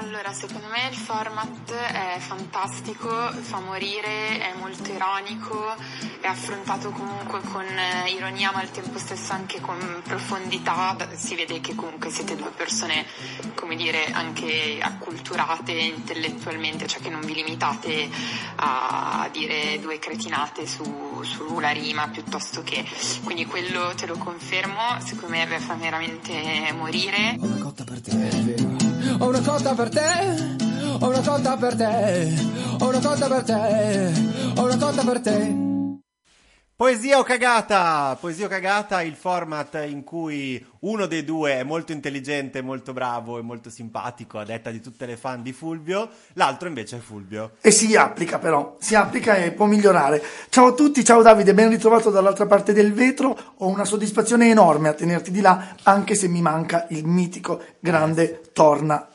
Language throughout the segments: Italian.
Allora, secondo me il format è fantastico, fa morire, è molto ironico, è affrontato comunque con ironia ma al tempo stesso anche con profondità. Si vede che comunque siete due persone, come dire, anche acculturate intellettualmente, cioè che non vi limitate a dire due cretinate sulla rima piuttosto che. Quindi quello te lo confermo, secondo me fa veramente morire. Ho una cotta per te, è vero. Ho una cotta per te, ho una cotta per te, ho una cotta per te, ho una cotta per te. Poesia o cagata? Poesia o cagata, il format in cui uno dei due è molto intelligente, molto bravo e molto simpatico, a detta di tutte le fan di Fulvio, l'altro invece è Fulvio. E si applica però, si applica e può migliorare. Ciao a tutti, ciao Davide, ben ritrovato dall'altra parte del vetro. Ho una soddisfazione enorme a tenerti di là, anche se mi manca il mitico grande Torna.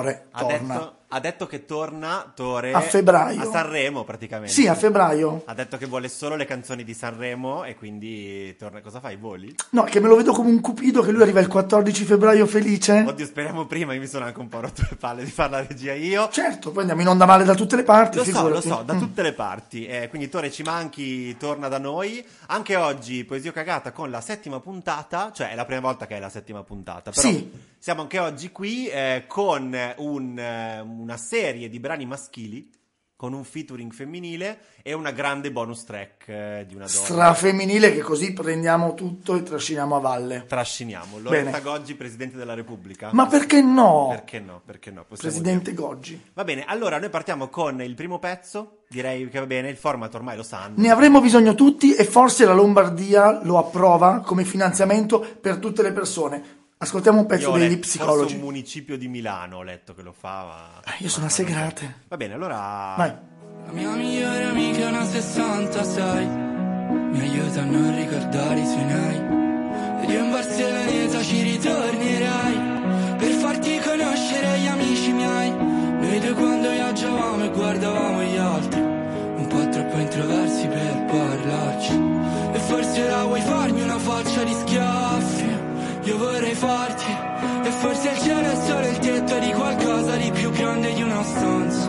Ha detto che torna Tore a febbraio, a Sanremo praticamente. Sì, a febbraio. Ha detto che vuole solo le canzoni di Sanremo e quindi torna. Cosa fai, voli? No, che me lo vedo come un cupido, che lui arriva il 14 febbraio felice. Oddio, speriamo prima, io mi sono anche un po' rotto le palle di fare la regia io. Certo, poi andiamo in onda male da tutte le parti. Lo so, da tutte le parti. Quindi Tore, ci manchi, torna da noi. Anche oggi Poesia o cagata con la 7ª puntata, cioè è la prima volta che è la 7ª puntata, però sì. Siamo anche oggi qui con una serie di brani maschili, con un featuring femminile e una grande bonus track di una donna. Strafemminile, che così prendiamo tutto e trasciniamo a valle. Trasciniamo. Loretta Goggi, Presidente della Repubblica. Ma perché no? Perché no? Presidente Goggi. Va bene, allora noi partiamo con il primo pezzo. Direi che va bene, il format ormai lo sanno. Ne avremo bisogno tutti e forse la Lombardia lo approva come finanziamento per tutte le persone. Ascoltiamo un pezzo degli psicologi. Forse un municipio di Milano ho letto che lo fa. Io sono a Segrate. Va bene, allora. Vai. La mia migliore amica è una 66. Mi aiuta a non ricordare i suoi nei. Ed io in Barceloneta ci ritornerai per farti conoscere gli amici miei. Noi due quando viaggiavamo e guardavamo gli altri, un po' troppo introversi per parlarci. E forse ora vuoi farmi una faccia di schiaffi. Io vorrei farti, e forse il cielo è solo il tetto di qualcosa di più grande di una stanza.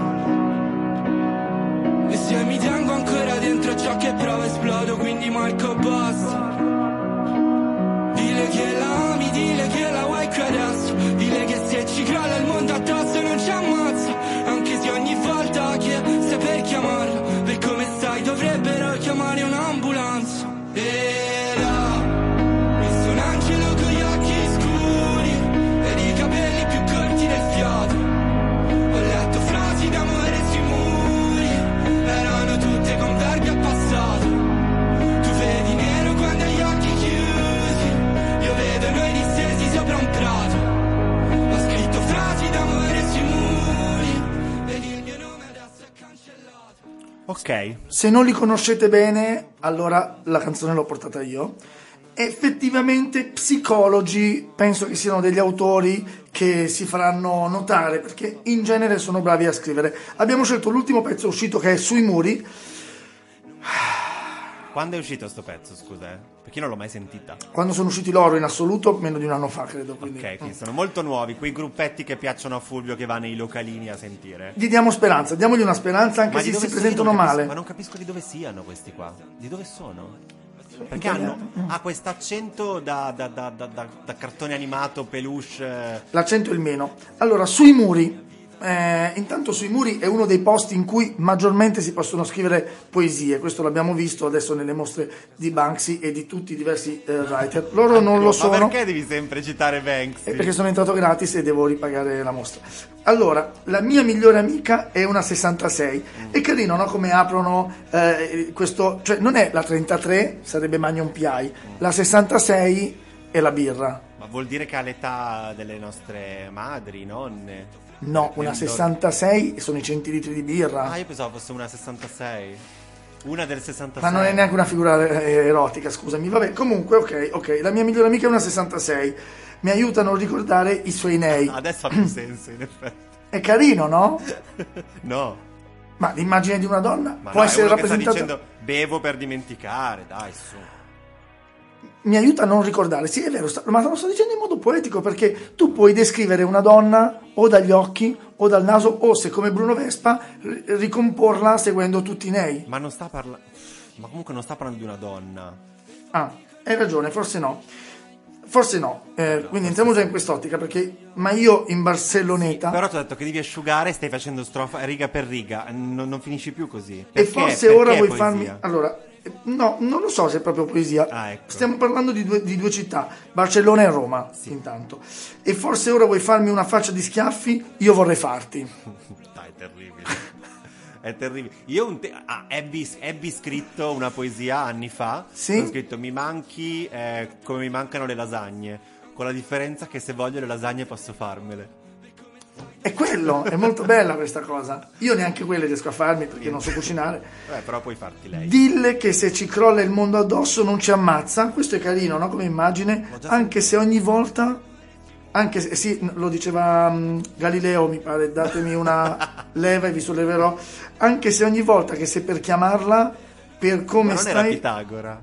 E se mi tengo ancora dentro ciò che provo esplodo, quindi Marco basta. Dile che la ami, dile che la vuoi qui adesso. Dile che se ci crolla il mondo addosso non ci ammazza. Anche se ogni volta che stai per chiamarla, per come stai dovrebbero chiamare un'ambulanza. Ok. Se non li conoscete bene, allora la canzone l'ho portata io. Effettivamente psicologi penso che siano degli autori che si faranno notare, perché in genere sono bravi a scrivere. Abbiamo scelto l'ultimo pezzo uscito, che è Sui muri. Quando è uscito sto pezzo, scusa? Perché io non l'ho mai sentita. Quando sono usciti loro in assoluto, meno di un anno fa, credo. Quindi. Ok, quindi sono molto nuovi, quei gruppetti che piacciono a Fulvio, che va nei localini a sentire. Gli diamo speranza, diamogli una speranza, anche se si presentano male. Ma non capisco di dove siano questi qua. Di dove sono? Perché hanno questo accento da cartone animato, peluche. L'accento è il meno. Allora, Sui muri. Intanto Sui muri è uno dei posti in cui maggiormente si possono scrivere poesie. Questo l'abbiamo visto adesso nelle mostre di Banksy e di tutti i diversi writer. Loro non lo sono. Ma perché devi sempre citare Banksy? Perché sono entrato gratis e devo ripagare la mostra. Allora, la mia migliore amica è una 66. È carino, no? Come aprono questo. Cioè, non è la 33, sarebbe Magnum PI. La 66 è la birra. Ma vuol dire che ha l'età delle nostre madri, nonne? No, una 66 sono i centilitri di birra. Ah, io pensavo fosse una 66. Una del 66. Ma non è neanche una figura erotica, scusami. Vabbè, comunque, ok. La mia migliore amica è una 66. Mi aiuta a non ricordare i suoi nei. Adesso ha più senso, in effetti. È carino, no? No. Ma l'immagine di una donna ma può essere rappresentata. Sta dicendo bevo per dimenticare, dai, su. Mi aiuta a non ricordare, sì è vero, ma lo sto dicendo in modo poetico, perché tu puoi descrivere una donna o dagli occhi o dal naso, o se come Bruno Vespa ricomporla seguendo tutti i nei. Ma non sta parlando... Ma comunque non sta parlando di una donna. Ah, hai ragione, forse no. Quindi entriamo già in quest'ottica, ma io in Barceloneta... Però ti ho detto che devi asciugare, stai facendo strofa riga per riga, non finisci più così. E forse ora vuoi poesia? farmi... Allora, no, non lo so se è proprio poesia. Ecco. Stiamo parlando di due città, Barcellona e Roma, intanto. E forse ora vuoi farmi una faccia di schiaffi, io vorrei farti. Dai, è terribile. È terribile. Io ebbi scritto una poesia anni fa. Sì? Ho scritto: mi manchi come mi mancano le lasagne, con la differenza che se voglio le lasagne posso farmele. È quello, è molto bella questa cosa. Io neanche quelle riesco a farmi perché non so cucinare. Però puoi farti lei. Dille che se ci crolla il mondo addosso non ci ammazza. Questo è carino, no? Come immagine. Anche se ogni volta... Anche se, sì, lo diceva Galileo, mi pare, datemi una leva e vi solleverò. Anche se ogni volta che sei per chiamarla, per come Ma non stai... era Pitagora?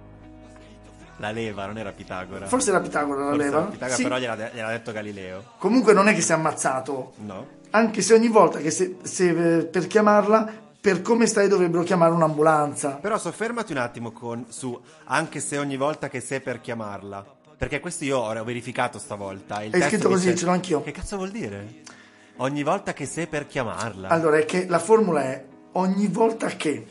La leva, non era Pitagora? Forse era Pitagora la Forse leva? era Pitagora, Sì. però gliel'ha detto Galileo. Comunque non è che si è ammazzato. No? Anche se ogni volta che se per chiamarla, per come stai dovrebbero chiamare un'ambulanza. Però soffermati un attimo su anche se ogni volta che sei per chiamarla. Perché questo io ho verificato stavolta. È scritto così, ce l'ho anch'io. Che cazzo vuol dire? Ogni volta che sei per chiamarla. Allora, è che la formula è ogni volta che.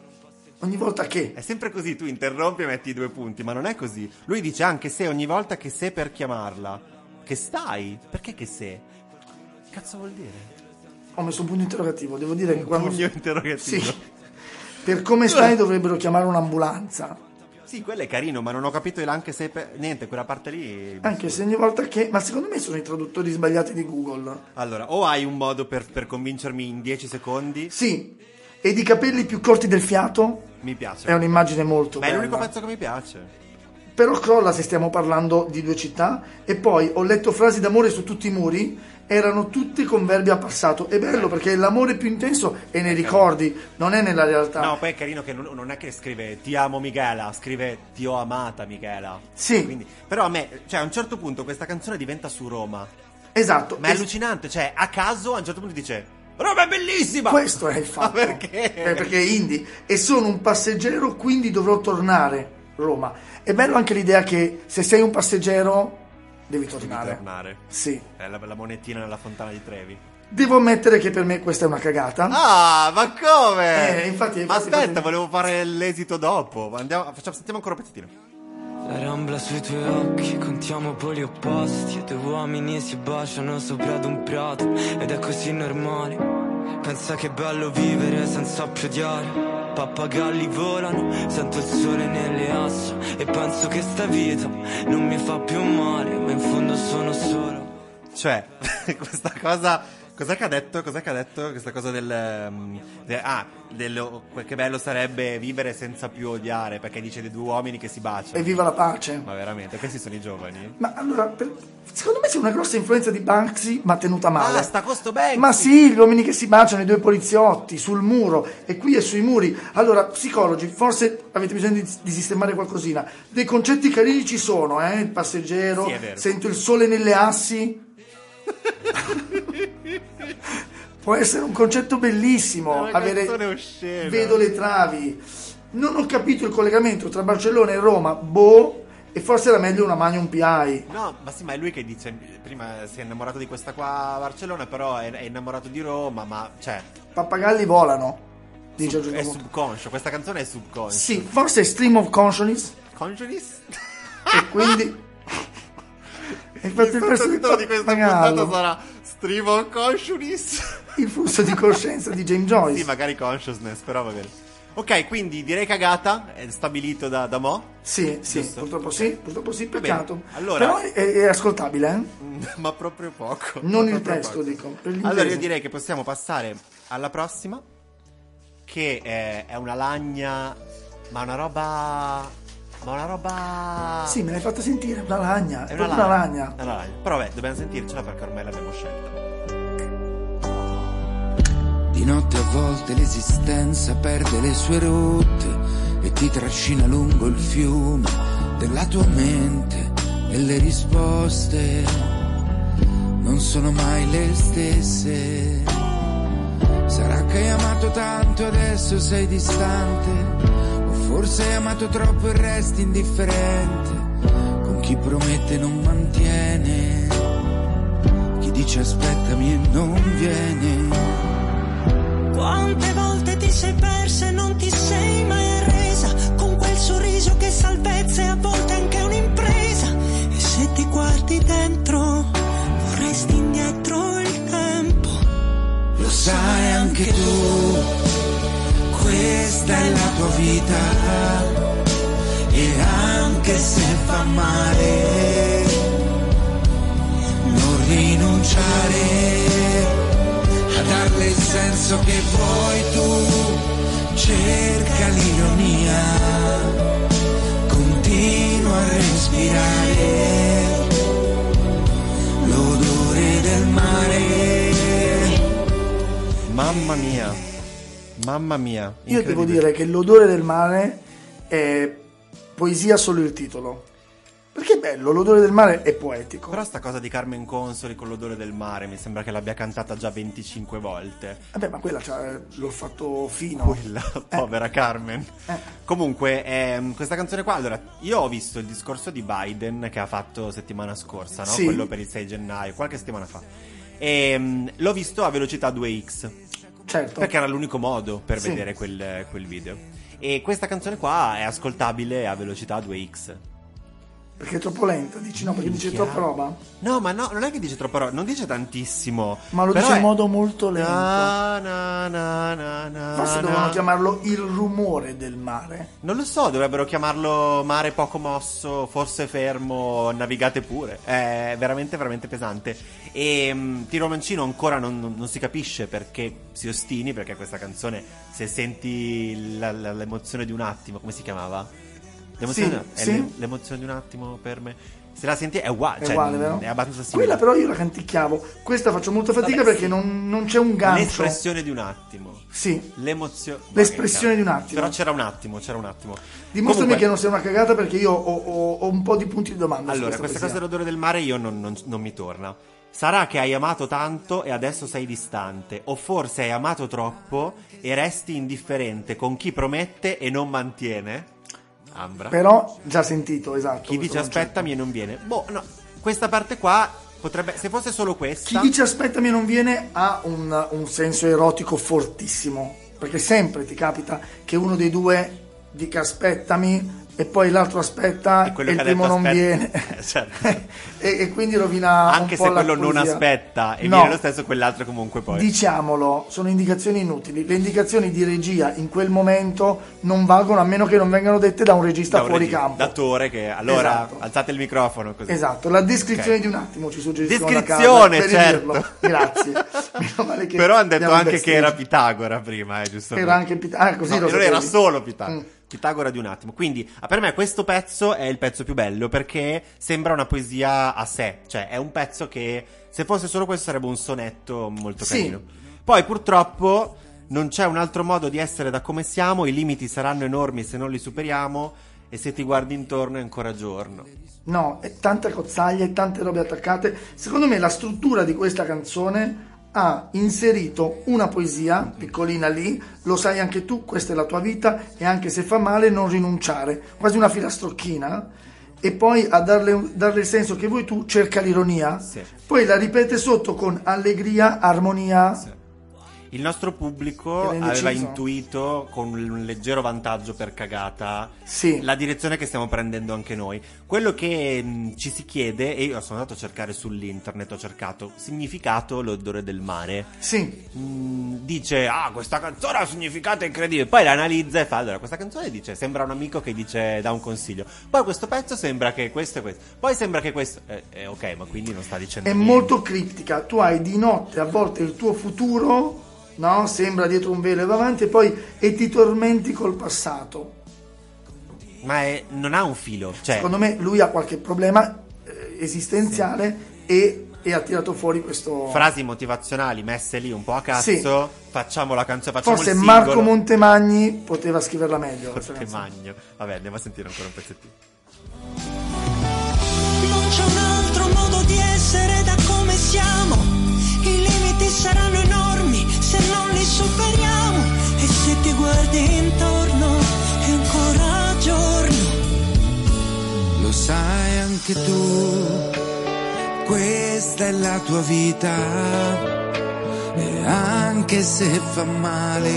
Ogni volta che. È sempre così, tu interrompi e metti i 2 punti, ma non è così. Lui dice anche se ogni volta che sei per chiamarla. Che stai? Perché che sei? Che cazzo vuol dire? Ho messo un punto interrogativo, devo dire che quando... Pugno interrogativo. Sì. Per come stai dovrebbero chiamare un'ambulanza. Sì, quello è carino, ma non ho capito anche se niente, quella parte lì. Anche se ogni volta che... Ma secondo me sono i traduttori sbagliati di Google. Allora, o hai un modo per convincermi in 10 secondi? Sì. Ed i capelli più corti del fiato? Mi piace. È un'immagine molto Ma è bella. l'unico pezzo che mi piace. Però crolla se stiamo parlando di 2 città. E poi ho letto frasi d'amore su tutti i muri. Erano tutte con verbi a passato. È bello perché l'amore più intenso è nei ricordi, non è nella realtà. No, poi è carino che non è che scrive ti amo Michela, scrive ti ho amata Michela. Sì. Quindi, però a me, cioè a un certo punto questa canzone diventa su Roma. Esatto. Ma è allucinante, cioè a caso a un certo punto dice Roma è bellissima! Questo è il fatto. Ma perché? Perché è indie. E sono un passeggero, quindi dovrò tornare Roma. È bello anche l'idea che se sei un passeggero devi tornare. Sì. È la monetina nella fontana di Trevi. Devo ammettere che per me questa è una cagata. Ah, ma come? Infatti, ma aspetta, volevo fare l'esito dopo. Sentiamo ancora un pezzettino. La rambla sui tuoi occhi, contiamo poli opposti. 2 uomini si baciano sopra ad un prato ed è così normale. Pensa che è bello vivere senza più odiare. Pappagalli volano, sento il sole nelle ossa e penso che sta vita non mi fa più male, ma in fondo sono solo. Cioè, questa cosa... Cos'è che ha detto? Questa cosa che bello sarebbe vivere senza più odiare, perché dice dei 2 uomini che si baciano. E viva la pace. Ma veramente, questi sono i giovani? Ma allora, secondo me c'è una grossa influenza di Banksy, ma tenuta male. Ah, sta con sto Banksy! Ma sì, gli uomini che si baciano, i 2 poliziotti, sul muro, e qui è sui muri. Allora, psicologi, forse avete bisogno di sistemare qualcosina. Dei concetti carini ci sono, il passeggero, sì, è vero. Sento il sole nelle assi. Può essere un concetto bellissimo. Vedo le travi. Non ho capito il collegamento tra Barcellona e Roma. E forse era meglio una Magnum PI. No, ma sì, ma è lui che dice prima si è innamorato di questa qua a Barcellona, però è innamorato di Roma, ma cioè Pappagalli volano, dice è subconscio, questa canzone è subconscio. Sì, forse è stream of consciousness. Consciousness? E quindi infatti il titolo di questa puntata sarà Stream of Consciousness. Il flusso di coscienza di James Joyce. Sì, magari consciousness, però va bene. Ok, quindi direi cagata, è stabilito da Mo. Sì, purtroppo sì, peccato. Allora, però è ascoltabile, ma proprio poco. Non il testo, dico. Allora io direi che possiamo passare alla prossima, che è una lagna, ma una roba... Sì, me l'hai fatta sentire, una lagna. È proprio una lagna. Però vabbè, dobbiamo sentircela perché ormai l'abbiamo scelta. Di notte a volte l'esistenza perde le sue rotte e ti trascina lungo il fiume della tua mente e le risposte non sono mai le stesse. Sarà che hai amato tanto e adesso sei distante, o forse hai amato troppo e resti indifferente. Con chi promette non mantiene, chi dice aspettami e non viene. Quante volte ti sei persa e non ti sei mai arresa, con quel sorriso che salvezza e a volte anche un'impresa. E se ti guardi dentro vorresti indietro il tempo. Lo sai anche tu, questa è la tua vita, e anche se fa male non rinunciare a darle il senso che vuoi tu. Cerca l'ironia, continua a respirare l'odore del mare. Mamma mia. Io devo dire che l'odore del mare è poesia solo il titolo. Perché è bello, l'odore del mare è poetico. Però sta cosa di Carmen Consoli con l'odore del mare mi sembra che l'abbia cantata già 25 volte. Vabbè, ma quella l'ho fatto fino. Quella povera Carmen. Comunque, questa canzone qua, allora, io ho visto il discorso di Biden che ha fatto settimana scorsa, no? Sì. Quello per il 6 gennaio, qualche settimana fa. E l'ho visto a velocità 2x. Certo. Perché era l'unico modo per Sì. vedere quel video. E questa canzone qua è ascoltabile a velocità 2x. Perché è troppo lenta, dici no, perché dice Minchia. troppa roba. No, ma no, non è che dice troppo roba, non dice tantissimo. Ma lo però dice è in modo molto lento. Forse dovevano chiamarlo il rumore del mare. Non lo so, dovrebbero chiamarlo mare poco mosso, forse fermo, navigate pure. È veramente, veramente pesante. E Tiro Mancino ancora non si capisce perché si ostini, perché questa canzone, se senti l'emozione di un attimo, come si chiamava? L'emozione di un attimo per me. Se la senti è uguale, È uguale, vero? È abbastanza simile. Quella però io la canticchiavo. Questa faccio molta fatica perché non c'è un gancio. L'espressione di un attimo. Sì. L'espressione di un attimo. Però c'era un attimo. Dimostrami Comunque, che non sei una cagata, perché io ho un po' di punti di domanda. allora, su questa poesia. cosa dell'odore del mare io non mi torna. Sarà che hai amato tanto e adesso sei distante, o forse hai amato troppo e resti indifferente con chi promette e non mantiene? Ambra. Però già sentito, esatto. Chi questo dice aspettami e non viene. Boh, no, questa parte qua potrebbe, se fosse solo concetto. questa. Chi dice aspettami e non viene ha un senso erotico fortissimo. Perché sempre ti capita che uno dei due dica aspettami e poi l'altro aspetta E e quello il che ha primo detto non aspetta. viene. Certo. e quindi rovina Anche un po' se la quello non poesia. aspetta e No. viene lo stesso, quell'altro comunque poi. Diciamolo, sono indicazioni inutili. Le indicazioni di regia in quel momento non valgono a meno che non vengano dette da un regista Da un fuori regista, campo. d'attore che allora Esatto. alzate il microfono così. Esatto, la descrizione Ok. di un attimo ci suggeriscono Descrizione, per certo. dirlo. Grazie. Meno male che Però hanno detto abbiamo anche che era backstage. Pitagora prima, giusto? Era anche così No, lo non era sapevi. solo Pitagora. Pitagora di un attimo. Quindi, per me questo pezzo è il pezzo più bello perché sembra una poesia a sé. Cioè, è un pezzo che, se fosse solo questo, sarebbe un sonetto molto Sì. carino. Poi, purtroppo, non c'è un altro modo di essere da come siamo. I limiti saranno enormi se non li superiamo. E se ti guardi intorno è ancora giorno. No, è tanta cozzaglia e tante robe attaccate. Secondo me la struttura di questa canzone ha inserito una poesia piccolina lì, lo sai anche tu, questa è la tua vita e anche se fa male non rinunciare, quasi una filastrocchina, e poi a darle il senso che vuoi tu, cerca l'ironia, Sì. poi la ripete sotto con allegria, armonia. Sì. Il nostro pubblico Era indeciso. aveva intuito con un leggero vantaggio per cagata Sì. la direzione che stiamo prendendo anche noi. Quello che ci si chiede, e io sono andato a cercare sull'internet, ho cercato significato l'odore del mare. Sì, Dice, questa canzone ha un significato incredibile. Poi la analizza e fa, allora, questa canzone dice, sembra un amico che dice, dà un consiglio. Poi questo pezzo sembra che questo e questo. Poi sembra che questo... ok, ma quindi non sta dicendo è niente. molto criptica, tu hai di notte a volte il tuo futuro, no? Sembra dietro un velo e va avanti e ti tormenti col passato. Ma non ha un filo. Cioè, Secondo me lui ha qualche problema esistenziale e ha tirato fuori questo... frasi motivazionali messe lì un po' a cazzo. Sì. facciamo la canzone, facciamo Forse il singolo. Marco Montemagni poteva scriverla meglio. Montemagno. Vabbè, andiamo a sentire ancora un pezzettino. Non c'è un altro modo di essere da come siamo. guardi intorno è ancora giorno. Lo sai anche tu, questa è la tua vita, e anche se fa male,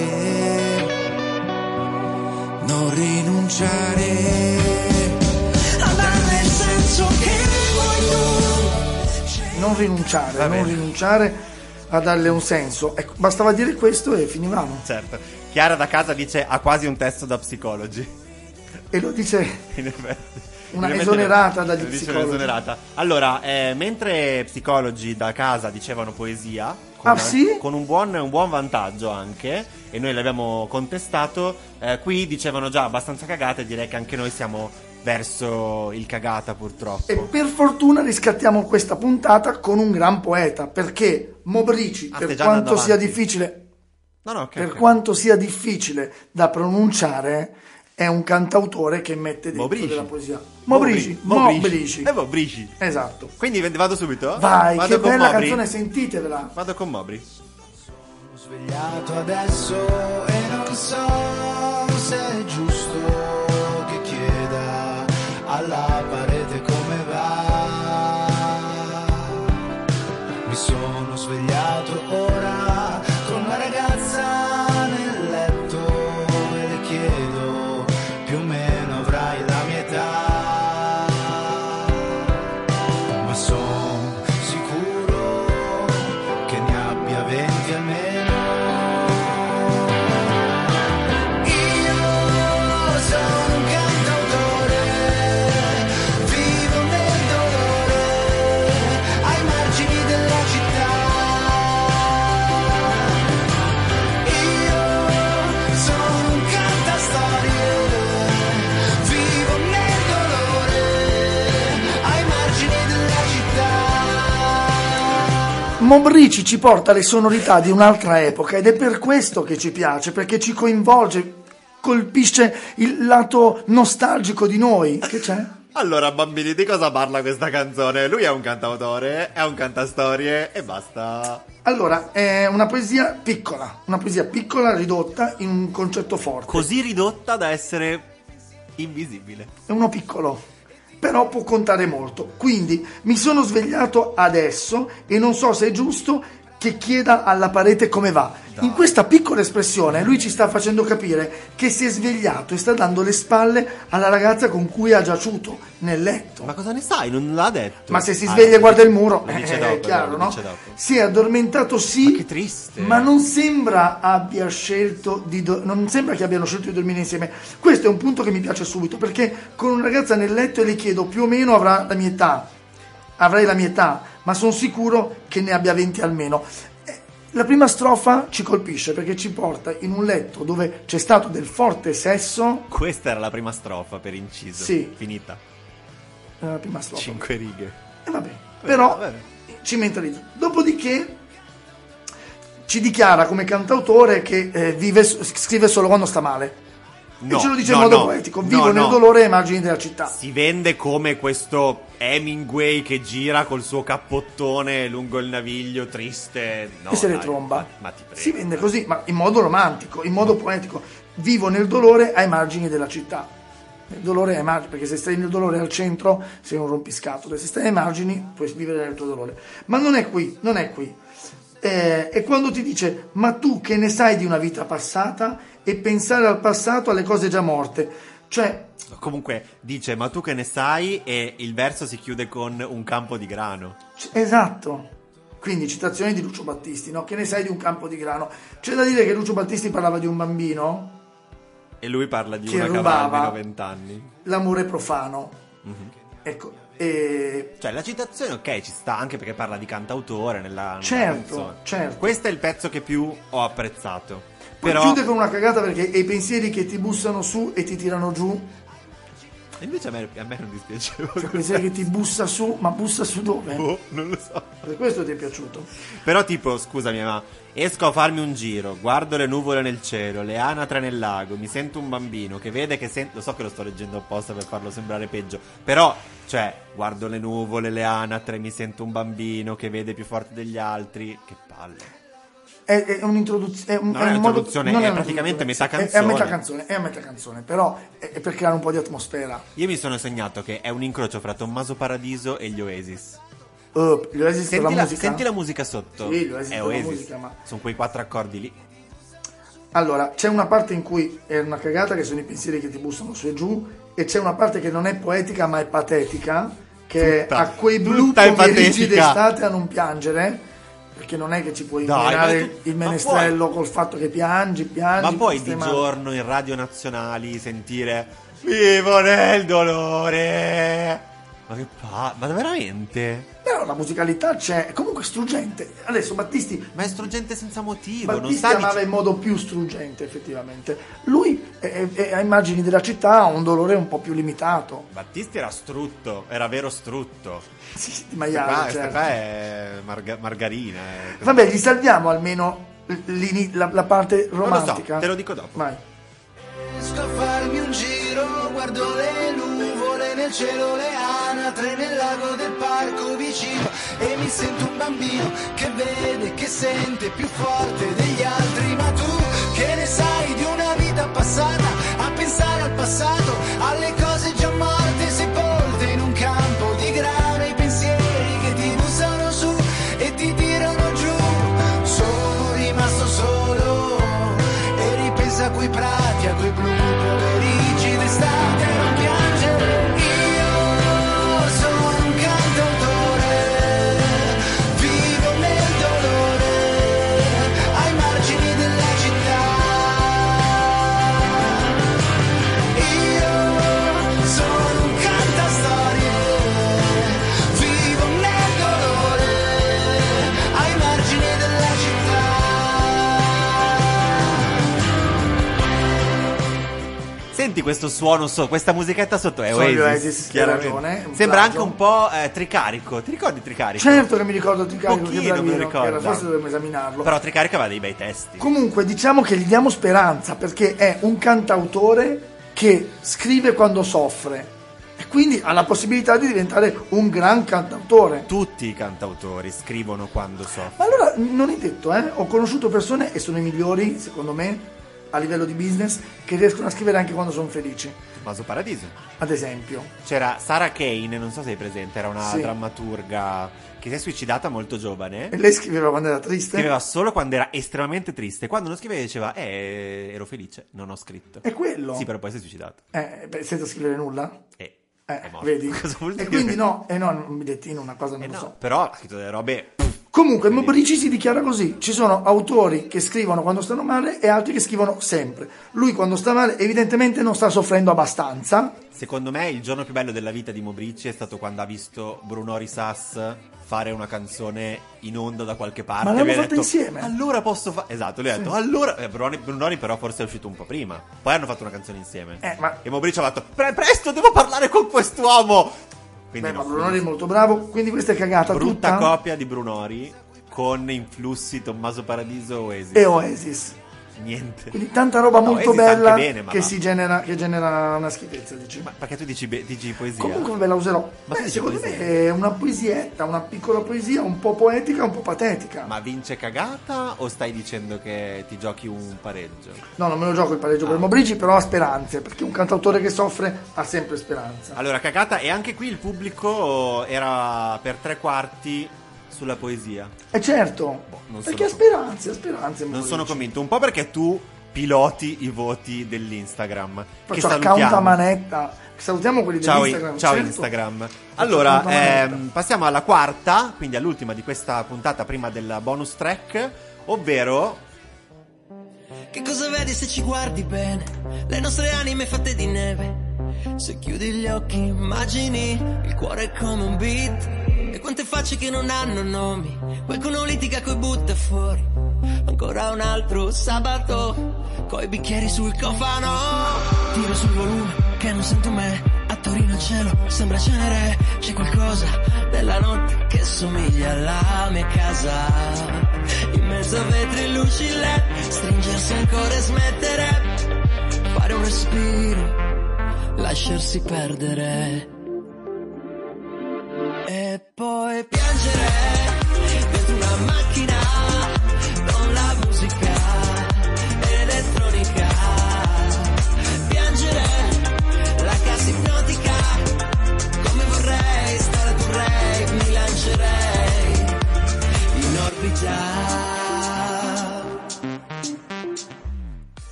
non rinunciare A darle il senso che vuoi tu. Non rinunciare, Va bene. non rinunciare a darle un senso. Ecco, bastava dire questo e finivamo. Certo. Chiara da casa dice ha quasi un testo da Psychology. E lo dice In effetti. una In effetti esonerata dagli dice psicologi. un'esonerata. Allora, mentre Psychology da casa dicevano poesia, Ah, sì? con un buon vantaggio anche, e noi l'abbiamo contestato, qui dicevano già abbastanza cagate, direi che anche noi siamo verso il cagata purtroppo. E per fortuna riscattiamo questa puntata con un gran poeta, perché Mobrici, Ah, per stai già quanto andando sia avanti. difficile, No, ok, per ok. quanto sia difficile da pronunciare, è un cantautore che mette dentro Mobrici. della poesia. Mobrici. Mobrici. Esatto. Quindi vado subito? Vai, Vado che con bella Mobri. canzone, sentitevela. Vado con Mobri. svegliato adesso e non so se è giusto che chieda alla parete come va. Mi sono svegliato ora con una ragazza nel letto e le chiedo più o meno avrai la mia età, ma sono sicuro che ne abbia 20 almeno. Mobrici ci porta alle sonorità di un'altra epoca ed è per questo che ci piace, perché ci coinvolge, colpisce il lato nostalgico di noi. Che c'è? Allora, bambini, di cosa parla questa canzone? Lui è un cantautore, è un cantastorie e basta. Allora, è una poesia piccola, ridotta in un concetto forte. Così ridotta da essere invisibile. È uno piccolo, però può contare molto. Quindi mi sono svegliato adesso e non so se è giusto che chieda alla parete come va. In questa piccola espressione lui ci sta facendo capire che si è svegliato e sta dando le spalle alla ragazza con cui ha giaciuto nel letto. Ma cosa ne sai? Non l'ha detto. Ma se si sveglia e guarda il muro, lo dice è dopo, chiaro, lo no? dice dopo. Si è addormentato, sì, Ma che triste. ma non sembra abbia scelto non sembra che abbiano scelto di dormire insieme. Questo è un punto che mi piace subito, perché con una ragazza nel letto e le chiedo più o meno avrai la mia età, ma sono sicuro che ne abbia 20 almeno. La prima strofa ci colpisce perché ci porta in un letto dove c'è stato del forte sesso. Questa era la prima strofa, per inciso. Sì. Finita. La prima strofa. 5 righe. E vabbè, però vabbè. ci mentalizza. Dopodiché ci dichiara come cantautore che scrive solo quando sta male. No, e ce lo dice no, in modo no. poetico. No, Vivo nel no. dolore ai margini della città. Si vende come questo Hemingway che gira col suo cappottone lungo il naviglio, triste. No, E se le dai, tromba. Ma ti prego. Si vende così, ma in modo romantico, in modo poetico. Vivo nel dolore ai margini della città. Nel dolore ai margini, perché se stai nel dolore al centro sei un rompiscatole, se stai ai margini puoi vivere nel tuo dolore. Ma non è qui, non è qui. E quando ti dice, ma tu che ne sai di una vita passata, e pensare al passato, alle cose già morte. Cioè, Comunque dice, ma tu che ne sai? E il verso si chiude con un campo di grano. esatto. Quindi citazioni di Lucio Battisti, no? Che ne sai di un campo di grano? C'è da dire che Lucio Battisti parlava di un bambino, E lui parla di Che una che avrà rubava. almeno 20 anni. l'amore profano. Ecco, e Cioè, la citazione, ok, ci sta, anche perché parla di cantautore nella Certo, canzone. certo. Questo è il pezzo che più ho apprezzato. poi Però chiude con una cagata perché è i pensieri che ti bussano su e ti tirano giù. invece a me non dispiaceva. Cioè, pensieri che ti bussa su, ma bussa su dove? Oh, non lo so. Per questo ti è piaciuto. Però tipo, scusami, ma esco a farmi un giro, guardo le nuvole nel cielo, le anatre nel lago, mi sento un bambino che vede che sente... Lo so che lo sto leggendo apposta per farlo sembrare peggio, però, cioè, guardo le nuvole, le anatre, mi sento un bambino che vede più forte degli altri. Che palle. è un'introduzione, Non è un'introduzione, è praticamente metà canzone. È a metà canzone, però è per creare un po' di atmosfera. Io mi sono segnato che è un incrocio fra Tommaso Paradiso e gli Oasis. Gli Oasis per la musica? Senti la musica sotto. Sì, gli Oasis è per Oasis. la musica, ma... Sono quei 4 accordi lì. Allora, c'è una parte in cui è una cagata, che sono i pensieri che ti bussano su e giù, e c'è una parte che non è poetica ma è patetica, che Tutta. ha quei blu Tutta è pomeriggi patetica. d'estate a non piangere, perché non è che ci puoi Dai, inquinare il ma menestrello col fatto che piangi. Ma poi stai di male. giorno in radio nazionali sentire vivo nel dolore. Ma veramente? Però la musicalità c'è, è comunque struggente. Adesso Battisti Ma è struggente senza motivo. Non Battisti sta amava in modo più struggente, effettivamente. Lui ha immagini della città, ha un dolore un po' più limitato. Battisti era strutto, era vero strutto. Sì, di maiale, Questa certo. qua è margarina. Vabbè, gli salviamo almeno la parte romantica. te lo dico dopo. Vai. Riesco a farmi un giro, guardo le nuvole nel cielo, le anatre nel lago del parco vicino, e mi sento un bambino che vede, che sente più forte degli altri. Ma tu che ne sai di una vita passata, a pensare al passato, alle cose già morte, sepolte in un campo di grano, i pensieri che ti bussano su e ti tirano giù. Sono rimasto solo e ripenso a quei prati, a quei blu pomeriggi d'estate a non piangere. Io sono un cantautore, vivo nel dolore, ai margini della città. Io sono un cantastorie, vivo nel dolore, ai margini della città. Senti questo suono, questa musichetta sotto è Sono gli Oasis, Oasis, hai chiaramente. ragione, un Sembra plagio. anche un po' Tricarico. Ti ricordi Tricarico? Certo che mi ricordo Tricarico, che Pochino me lo bravino, ricordo. era, forse dovremmo esaminarlo. Però Tricarico aveva dei bei testi. Comunque diciamo che gli diamo speranza, perché è un cantautore che scrive quando soffre e quindi ha la possibilità di diventare un gran cantautore. Tutti i cantautori scrivono quando soffrono. Ma allora non è detto, ho conosciuto persone, e sono i migliori secondo me a livello di business, che riescono a scrivere anche quando sono felici. Tommaso Paradiso. Ad esempio, C'era Sarah Kane, non so se hai presente, era una Sì. drammaturga che si è suicidata molto giovane. e lei scriveva quando era triste. Scriveva solo quando era estremamente triste. Quando non scriveva diceva ero felice, non ho scritto. È quello. Sì, però poi si è suicidato. Senza scrivere nulla. È morto. Vedi? Cosa vuol dire? E quindi no, un bigliettino, una cosa non lo No, so. però ha scritto delle robe. Comunque Mobrici si dichiara così: ci sono autori che scrivono quando stanno male e altri che scrivono sempre. Lui quando sta male evidentemente non sta soffrendo abbastanza. Secondo me il giorno più bello della vita di Mobrici è stato quando ha visto Bruno Risas fare una canzone in onda da qualche parte. Ma l'hanno Aveva fatta detto, insieme? Allora posso fare. Esatto, lui ha detto allora. Brunori però forse è uscito un po' prima. Poi hanno fatto una canzone insieme. Ma- E Mobrici ha detto presto, devo parlare con quest'uomo. Quindi Beh, ma no, Brunori è molto bravo, quindi questa è cagata brutta tutta. copia di Brunori con influssi Tommaso Paradiso Oasis. E Oasis. Niente. Quindi tanta roba No, molto Oasis anche bella bene, ma che va. si genera una schifezza, dici. Ma perché tu dici poesia? Comunque ve la userò. Ma tu dici Secondo poesia? me è una poesietta, una piccola poesia un po' poetica, un po' patetica. Ma vince cagata o stai dicendo che ti giochi un pareggio? No, non me lo gioco il pareggio per Mobrici, però ha speranze, perché un cantautore che soffre ha sempre speranza. Allora, cagata, e anche qui il pubblico era per 3/4 sulla poesia. E certo, non perché ha sono speranze, Non Mobrici. sono convinto, un po' perché tu piloti i voti dell'Instagram. Che Faccio account a salutiamo. manetta. Salutiamo quelli Ciao, dell'Instagram. ciao certo. Instagram. account Allora, a manetta. passiamo alla quarta, quindi all'ultima di questa puntata prima del bonus track, ovvero Che cosa vedi se ci guardi bene? Le nostre anime fatte di neve. Se chiudi gli occhi immagini il cuore è come un beat. E quante facce che non hanno nomi. Qualcuno litiga coi butta fuori. Ancora un altro sabato coi bicchieri sul cofano. Tiro sul volume che non sento me. A Torino il cielo sembra cenere. C'è qualcosa della notte che somiglia alla mia casa. In mezzo a vetri e luci LED. Stringersi ancora e smettere. Fare un respiro, lasciarsi perdere. E poi piangere dentro una macchina. Non la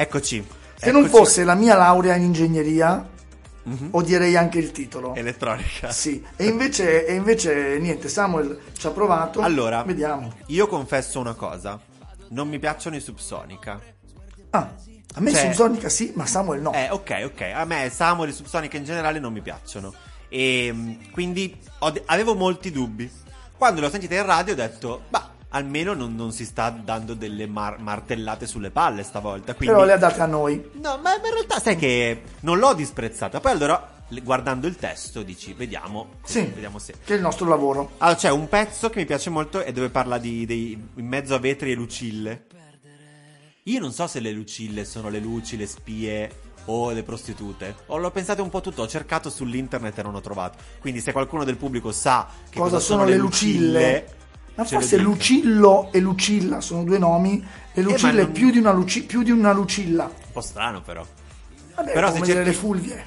Eccoci. Se non fosse la mia laurea in ingegneria, odierei anche il titolo. Elettronica. Sì, e invece niente, Samuel ci ha provato. Allora, vediamo. Io confesso una cosa. Non mi piacciono i Subsonica. Ah, a me Subsonica sì, ma Samuel no. Ok. A me Samuel e Subsonica in generale non mi piacciono. E quindi avevo molti dubbi. Quando l'ho sentita in radio ho detto, almeno non si sta dando delle martellate sulle palle stavolta. Quindi... Però le ha date a noi. No, ma in realtà sai che non l'ho disprezzata. Poi allora, guardando il testo, dici, vediamo se... Che è il nostro lavoro. Allora, c'è un pezzo che mi piace molto e dove parla in mezzo a vetri e lucille. Io non so se le lucille sono le luci, le spie o le prostitute. L'ho pensato un po' tutto, ho cercato sull'internet e non ho trovato. Quindi se qualcuno del pubblico sa che cosa sono le lucille... Ma forse Lucillo e Lucilla sono due nomi. E Lucilla è più di una Lucilla. Un po' strano però. Vabbè, però come se dire cerchi... le fulvie.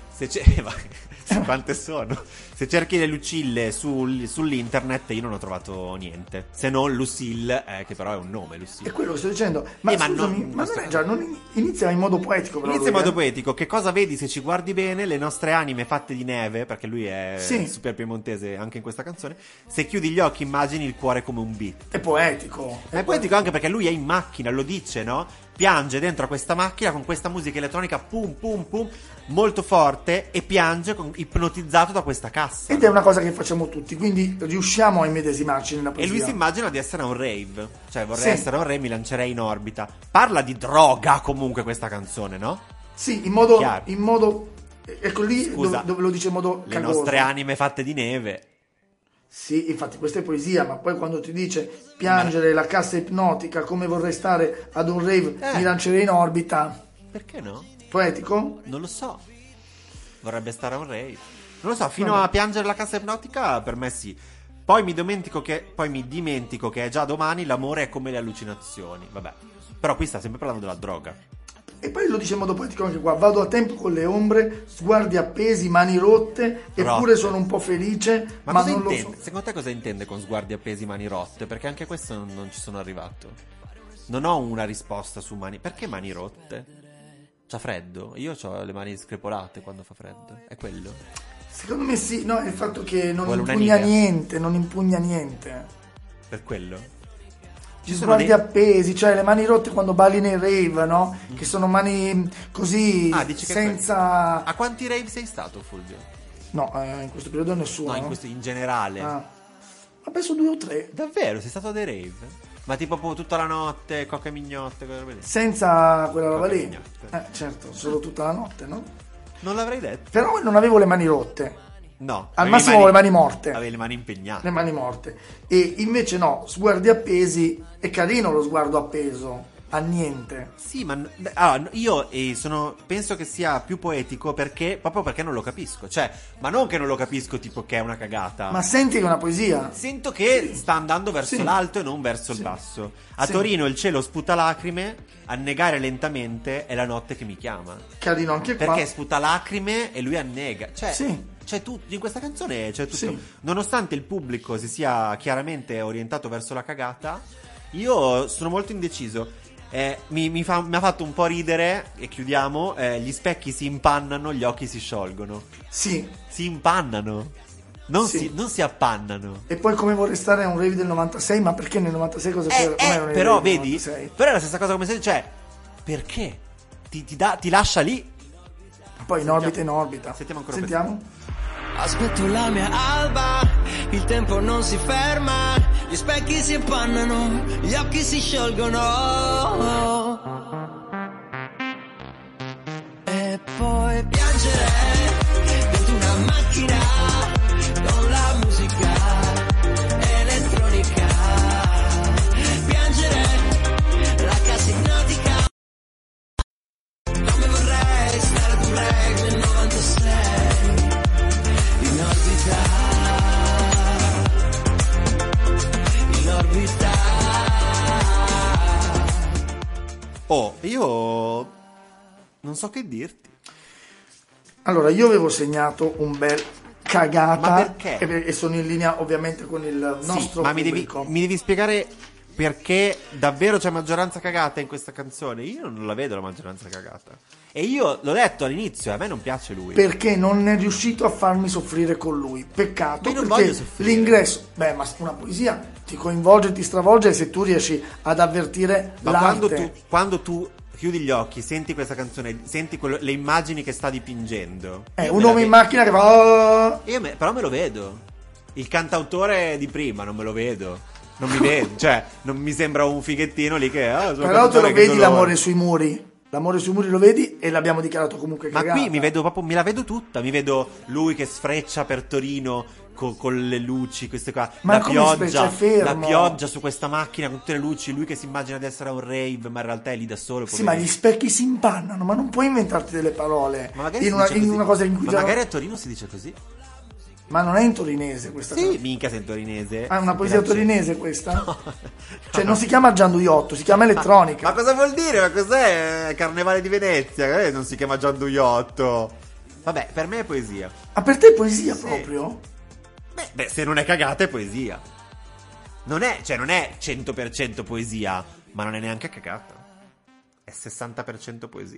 Quante sono? Se cerchi le lucille sull'internet io non ho trovato niente. Se non Lucille, che però è un nome, Lucille. È quello che sto dicendo. Ma scusami, non inizia in modo poetico però. Inizia in modo poetico. Che cosa vedi se ci guardi bene? Le nostre anime fatte di neve, perché lui è super piemontese anche in questa canzone. Se chiudi gli occhi immagini il cuore come un beat. È poetico. È poetico anche perché lui è in macchina, lo dice, no? Piange dentro a questa macchina con questa musica elettronica pum pum pum molto forte e piange ipnotizzato da questa cassa. Ed è una cosa che facciamo tutti, quindi riusciamo a immedesimarci nella poesia. E lui si immagina di essere a un rave, cioè vorrei essere a un rave, mi lancerei in orbita. Parla di droga comunque questa canzone, no? Sì, in modo ecco lì. Scusa, dove lo dice in modo le cagoso. nostre anime fatte di neve. Sì, infatti questa è poesia, ma poi quando ti dice piangere la cassa ipnotica come vorrei stare ad un rave, mi lancerei in orbita. Perché no? Poetico? Non lo so. Vorrebbe stare a un rave. Non lo so, fino a piangere la cassa ipnotica per me sì. Poi mi dimentico che è già domani, l'amore è come le allucinazioni. Vabbè. Però qui sta sempre parlando della droga. E poi lo dice in modo poetico anche qua. Vado a tempo con le ombre, sguardi appesi, mani rotte, eppure sono un po' felice, ma non lo so. Secondo te cosa intende con sguardi appesi, mani rotte? Perché anche questo non ci sono arrivato. Non ho una risposta su mani. Perché mani rotte? C'ha freddo? Io ho le mani screpolate quando fa freddo. È quello? Secondo me sì. No, è il fatto che non impugna niente. Per quello? Ci sguardi appesi, cioè le mani rotte quando balli nei rave, no? Che sono mani così, dici senza... A quanti rave sei stato, Fulvio? No, in questo periodo nessuno. No, in generale. Ma penso 2 o 3. Davvero? Sei stato a dei rave? Ma tipo tutta la notte, coca e mignotte, cosa roba lì? Senza quella roba lì. Certo, solo tutta la notte, no? Non l'avrei detto. Però non avevo le mani rotte. No. Al massimo le mani morte. Avevi le mani impegnate. Le mani morte. E invece no, sguardi appesi. È carino lo sguardo appeso. A niente. Sì, ma io penso che sia più poetico proprio perché non lo capisco. Cioè, ma non che non lo capisco tipo che è una cagata. Ma senti che è una poesia. Sento che sta andando verso l'alto e non verso il basso. A Torino il cielo sputa lacrime, annegare lentamente è la notte che mi chiama. Carino anche qua. Perché sputa lacrime e lui annega. Cioè, sì. C'è tutto, in questa canzone c'è tutto. Sì. Nonostante il pubblico si sia chiaramente orientato verso la cagata, io sono molto indeciso. Mi ha fatto un po' ridere, e chiudiamo, gli specchi si impannano, gli occhi si sciolgono. Sì. Si impannano. Non si appannano. E poi come vorrei stare a un rave del 96, ma perché nel 96 cosa c'era? Però vedi, però è la stessa cosa come se, cioè, perché? Ti lascia lì. Poi in orbita. Sentiamo ancora. Sentiamo. Aspetto la mia alba, il tempo non si ferma, gli specchi si appannano, gli occhi si sciolgono. E poi piangerei dentro una macchina con la musica elettronica. Piangerei la cassa ipnotica. Come vorrei stare ad un rave nel 96. In orbita. Io non so che dirti. Allora, io avevo segnato un bel cagata. Ma perché? E sono in linea ovviamente con il nostro ma pubblico. mi devi spiegare perché davvero c'è maggioranza cagata in questa canzone. Io non la vedo la maggioranza cagata. E io l'ho detto all'inizio, a me non piace lui. Perché non è riuscito a farmi soffrire con lui. Peccato, Ma io non perché voglio soffrire. l'ingresso... Beh, ma una poesia ti coinvolge e ti stravolge se tu riesci ad avvertire Ma l'arte. quando tu chiudi gli occhi, senti questa canzone, senti le immagini che sta dipingendo. È Io un me la uomo in vedo. macchina che fa... Però me lo vedo. Il cantautore di prima non me lo vedo. Non mi vedo, cioè, non mi sembra un fighettino lì che... Però te lo vedi l'amore sui muri. L'amore sui muri lo vedi e l'abbiamo dichiarato comunque Ma cagata. qui mi vedo proprio, me la vedo tutta. Mi vedo lui che sfreccia per Torino con le luci, queste qua. Ma come sfreccia? È fermo. La pioggia su questa macchina con tutte le luci. Lui che si immagina di essere a un rave, ma in realtà è lì da solo. Sì, ma gli specchi si impannano, ma non puoi inventarti delle parole Ma magari in si una, dice in così. una cosa in cui Ma già... magari a Torino si dice così. Ma non è in torinese questa Sì, cosa. minchia, sei in torinese. Ah, è una poesia Grazie. torinese questa? Cioè non si chiama Gianduiotto, si chiama elettronica. Ma cosa vuol dire? Ma cos'è? Carnevale di Venezia? Non si chiama Gianduiotto. Vabbè, per me è poesia. Ah, per te è poesia proprio? Beh, se non è cagata è poesia. Non è 100% poesia, ma non è neanche cagata. È 60% poesia.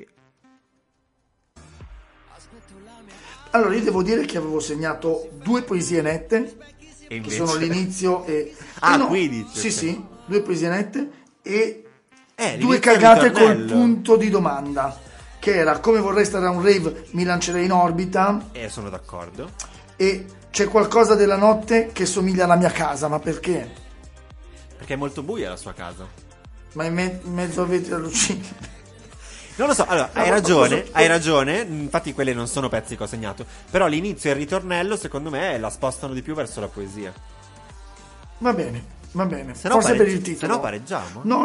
Allora io devo dire che avevo segnato 2 poesie nette, E che invece... sono l'inizio e... Ah, no, qui dici, Sì, ok. sì, 2 poesie nette e 2 l'inizio è cagate il col ritornello. punto di domanda, che era: come vorrei stare a un rave, mi lancerei in orbita, sono d'accordo. e c'è qualcosa della notte che somiglia alla mia casa, ma perché? Perché è molto buia la sua casa. Ma in mezzo a vetri allucinanti. Non lo so, allora, No, hai ma ragione, cosa- hai ragione. Infatti quelle non sono pezzi che ho segnato. Però l'inizio e il ritornello, secondo me, la spostano di più verso la poesia. Va bene, va bene. Se no Forse per il se titolo. no pareggiamo. No,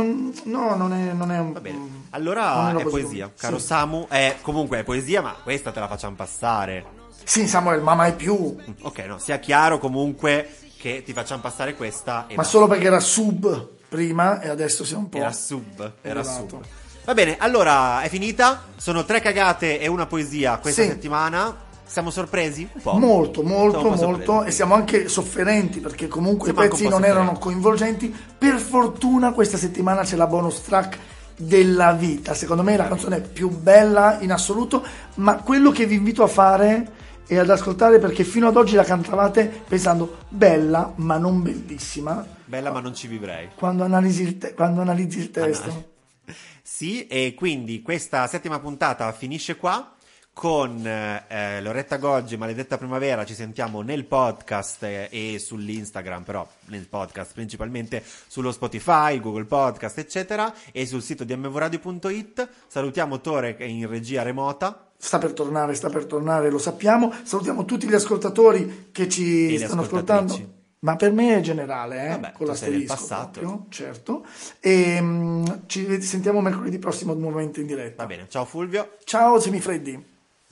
non è un... Va bene. non Allora una è poesia. poesia. Caro Sì. Samu, comunque è poesia, ma questa te la facciamo passare. Sì, Samuel, ma mai più. Ok, no, sia chiaro comunque che ti facciamo passare questa e Ma basta. solo perché era sub prima e adesso si è un po'... Era sub. elevato. Va bene, allora è finita. Sono 3 cagate e una poesia questa Sì. settimana. Siamo sorpresi? Un po'. Molto, Siamo un po' molto, sorpresi. e siamo anche sofferenti perché comunque Siamo i anche pezzi un po' non erano sofferenti. coinvolgenti. Per fortuna questa settimana c'è la bonus track della vita, secondo me è la canzone più bella in assoluto, ma quello che vi invito a fare è ad ascoltare, perché fino ad oggi la cantavate pensando bella ma non bellissima, Bella ma non ci vivrei. quando analizzi il testo. Sì, e quindi questa settima puntata finisce qua. Con Loretta Goggi, Maledetta Primavera, ci sentiamo nel podcast e sull'Instagram, però nel podcast principalmente sullo Spotify, Google Podcast, eccetera, e sul sito di mvradio.it. Salutiamo Tore che è in regia remota. Sta per tornare, lo sappiamo. Salutiamo tutti gli ascoltatori che ci E le stanno ascoltatrici. ascoltando. Ma per me è generale, Vabbè, con tu sei del l'asterisco passato. proprio, certo. E ci sentiamo mercoledì prossimo nuovamente in diretta. Va bene, ciao Fulvio. Ciao semifreddi.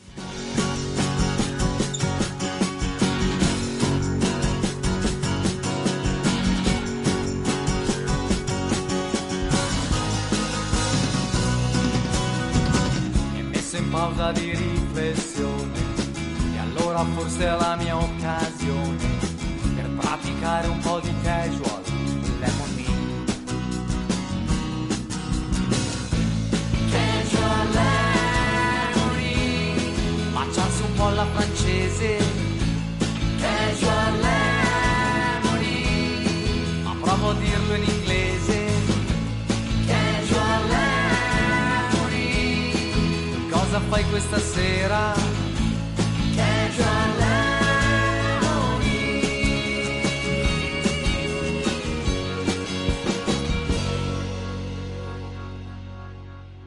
Mi è messo in pausa di riflessione e allora forse è la mia occasione per praticare un po' di casual lemony. Casual lemony, facciarsi un po' alla francese. Casual lemony, ma provo a dirlo in inglese. Casual lemony, cosa fai questa sera?